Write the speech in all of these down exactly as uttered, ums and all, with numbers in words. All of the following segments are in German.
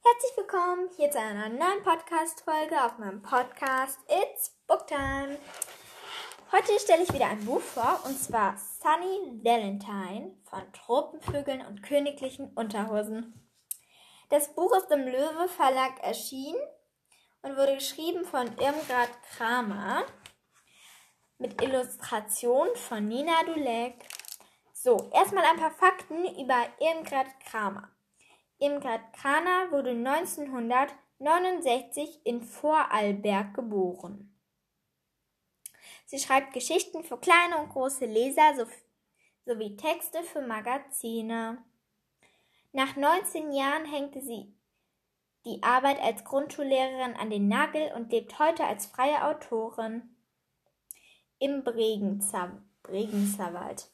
Herzlich willkommen hier zu einer neuen Podcast-Folge auf meinem Podcast It's Booktime. Heute stelle ich wieder ein Buch vor, und zwar Sunny Valentine von Tropenvögeln und königlichen Unterhosen. Das Buch ist im Löwe Verlag erschienen und wurde geschrieben von Irmgard Kramer mit Illustration von Nina Dulek. So, erstmal ein paar Fakten über Irmgard Kramer. Irmgard Kramer wurde neunzehnhundertneunundsechzig in Vorarlberg geboren. Sie schreibt Geschichten für kleine und große Leser sowie Texte für Magazine. Nach neunzehn Jahren hängte sie die Arbeit als Grundschullehrerin an den Nagel und lebt heute als freie Autorin im Bregenzer, Bregenzerwald.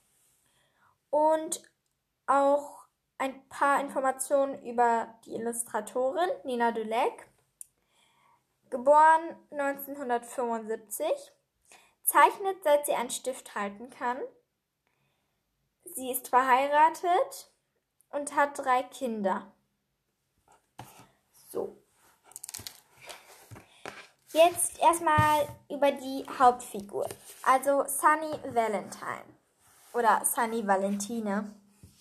Und auch ein paar Informationen über die Illustratorin Nina Dulek. Geboren neunzehnhundertfünfundsiebzig, zeichnet, seit sie einen Stift halten kann. Sie ist verheiratet und hat drei Kinder. So. Jetzt erstmal über die Hauptfigur, also Sunny Valentine oder Sunny Valentine.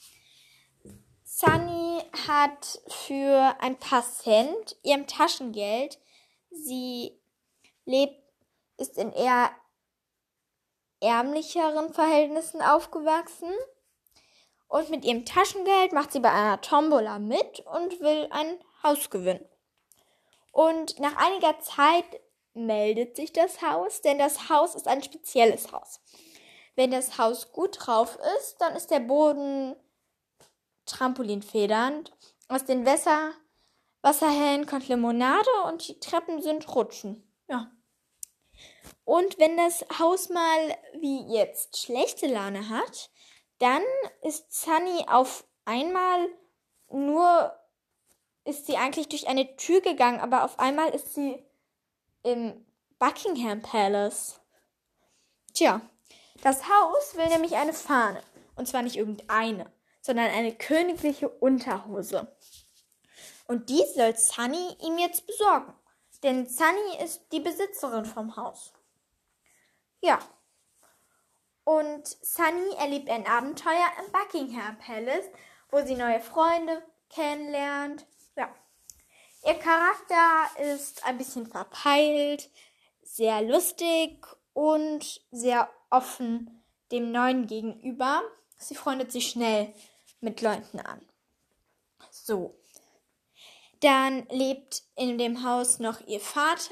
Sunny hat für ein paar Cent ihrem Taschengeld, sie lebt, ist in eher ärmlicheren Verhältnissen aufgewachsen und mit ihrem Taschengeld macht sie bei einer Tombola mit und will ein Haus gewinnen. Und nach einiger Zeit meldet sich das Haus, denn das Haus ist ein spezielles Haus. Wenn das Haus gut drauf ist, dann ist der Boden trampolinfedernd. Aus den Wässer, Wasserhähnen kommt Limonade und die Treppen sind Rutschen. Ja. Und wenn das Haus mal wie jetzt schlechte Laune hat, dann ist Sunny auf einmal nur, ist sie eigentlich durch eine Tür gegangen, aber auf einmal ist sie im Buckingham Palace. Tja, das Haus will nämlich eine Fahne. Und zwar nicht irgendeine, sondern eine königliche Unterhose. Und die soll Sunny ihm jetzt besorgen. Denn Sunny ist die Besitzerin vom Haus. Ja. Und Sunny erlebt ein Abenteuer im Buckingham Palace, wo sie neue Freunde kennenlernt. Ja. Ihr Charakter ist ein bisschen verpeilt, sehr lustig und sehr offen dem Neuen gegenüber. Sie freundet sich schnell mit Leuten an. So. Dann lebt in dem Haus noch ihr Vater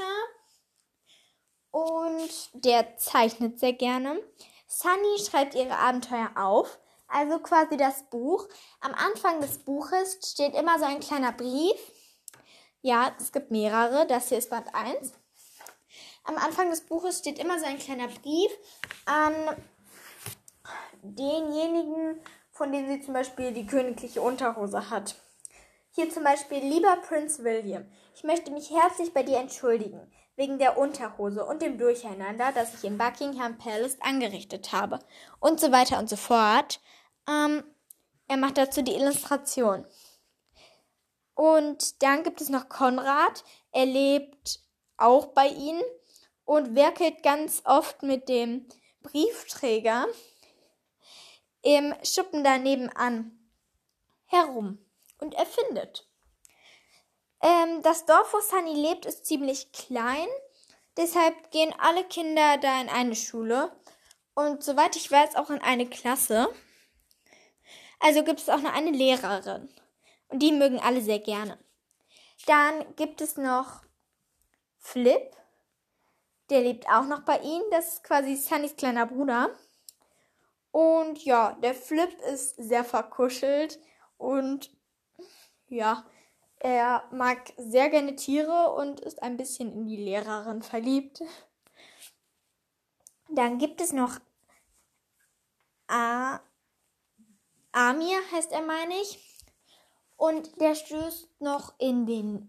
und der zeichnet sehr gerne. Sunny schreibt ihre Abenteuer auf, also quasi das Buch. Am Anfang des Buches steht immer so ein kleiner Brief. Ja, es gibt mehrere, das hier ist Band eins. Am Anfang des Buches steht immer so ein kleiner Brief an denjenigen, von dem sie zum Beispiel die königliche Unterhose hat. Hier zum Beispiel: Lieber Prinz William, ich möchte mich herzlich bei dir entschuldigen, wegen der Unterhose und dem Durcheinander, das ich im Buckingham Palace angerichtet habe. Und so weiter und so fort. Ähm, er macht dazu die Illustration. Und dann gibt es noch Konrad, er lebt auch bei ihnen und werkelt ganz oft mit dem Briefträger im Schuppen daneben an herum und erfindet. Ähm, das Dorf, wo Sunny lebt, ist ziemlich klein. Deshalb gehen alle Kinder da in eine Schule. Und soweit ich weiß, auch in eine Klasse. Also gibt es auch noch eine Lehrerin. Und die mögen alle sehr gerne. Dann gibt es noch Flip. Der lebt auch noch bei ihnen. Das ist quasi Sunnys kleiner Bruder. Und ja, der Flip ist sehr verkuschelt und ja, er mag sehr gerne Tiere und ist ein bisschen in die Lehrerin verliebt. Dann gibt es noch A- Amir, heißt er, meine ich. Und der stößt noch in den,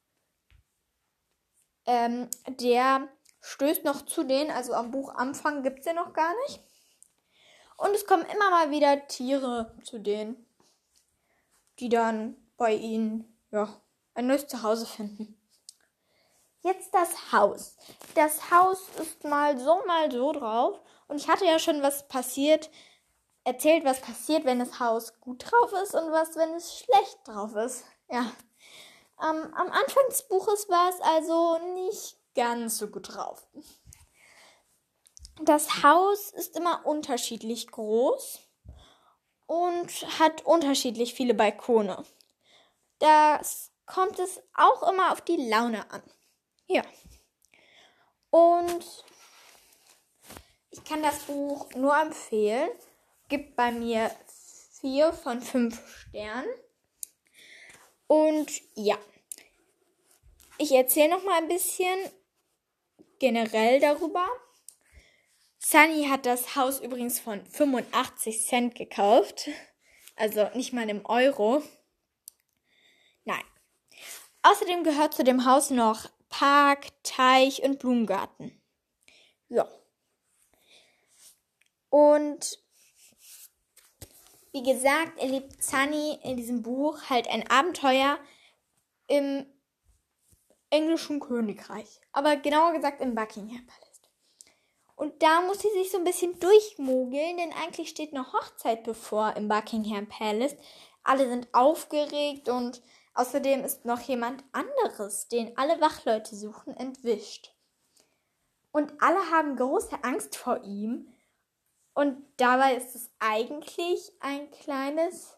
ähm, der stößt noch zu denen, also am Buchanfang gibt es den noch gar nicht. Und es kommen immer mal wieder Tiere zu denen, die dann bei ihnen, ja, ein neues Zuhause finden. Jetzt das Haus. Das Haus ist mal so, mal so drauf. Und ich hatte ja schon was passiert, erzählt, was passiert, wenn das Haus gut drauf ist und was, wenn es schlecht drauf ist. Ja. Ähm, am Anfang des Buches war es also nicht ganz so gut drauf. Das Haus ist immer unterschiedlich groß und hat unterschiedlich viele Balkone. Das kommt es auch immer auf die Laune an. Ja. Und ich kann das Buch nur empfehlen. Gibt bei mir vier von fünf Sternen. Und ja. Ich erzähle noch mal ein bisschen generell darüber. Sunny hat das Haus übrigens von fünfundachtzig Cent gekauft. Also nicht mal im Euro. Nein. Außerdem gehört zu dem Haus noch Park, Teich und Blumengarten. Ja. Und wie gesagt, erlebt Sunny in diesem Buch halt ein Abenteuer im englischen Königreich. Aber genauer gesagt im Buckingham Palace. Und da muss sie sich so ein bisschen durchmogeln, denn eigentlich steht eine Hochzeit bevor im Buckingham Palace. Alle sind aufgeregt und außerdem ist noch jemand anderes, den alle Wachleute suchen, entwischt. Und alle haben große Angst vor ihm. Und dabei ist es eigentlich ein kleines,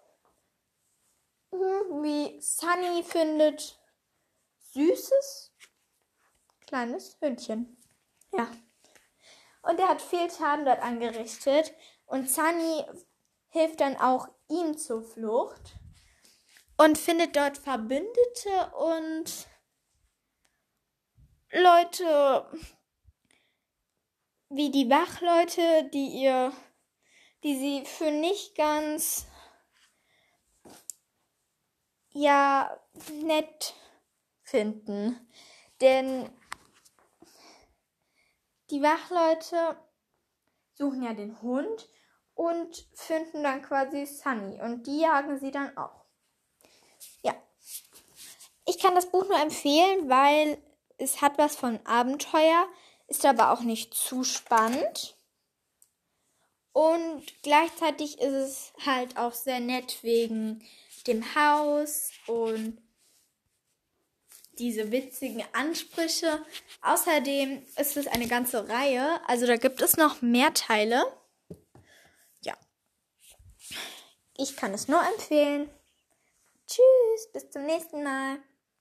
wie Sunny findet, süßes, kleines Hündchen. Ja. Und er hat viel Schaden dort angerichtet. Und Sunny hilft dann auch ihm zur Flucht. Und findet dort Verbündete und Leute wie die Wachleute, die ihr, die sie für nicht ganz, ja, nett finden. Denn die Wachleute suchen ja den Hund und finden dann quasi Sunny. Und die jagen sie dann auch. Ja. Ich kann das Buch nur empfehlen, weil es hat was von Abenteuer, ist aber auch nicht zu spannend. Und gleichzeitig ist es halt auch sehr nett wegen dem Haus und diese witzigen Ansprüche. Außerdem ist es eine ganze Reihe, also da gibt es noch mehr Teile. Ja. Ich kann es nur empfehlen. Tschüss, bis zum nächsten Mal.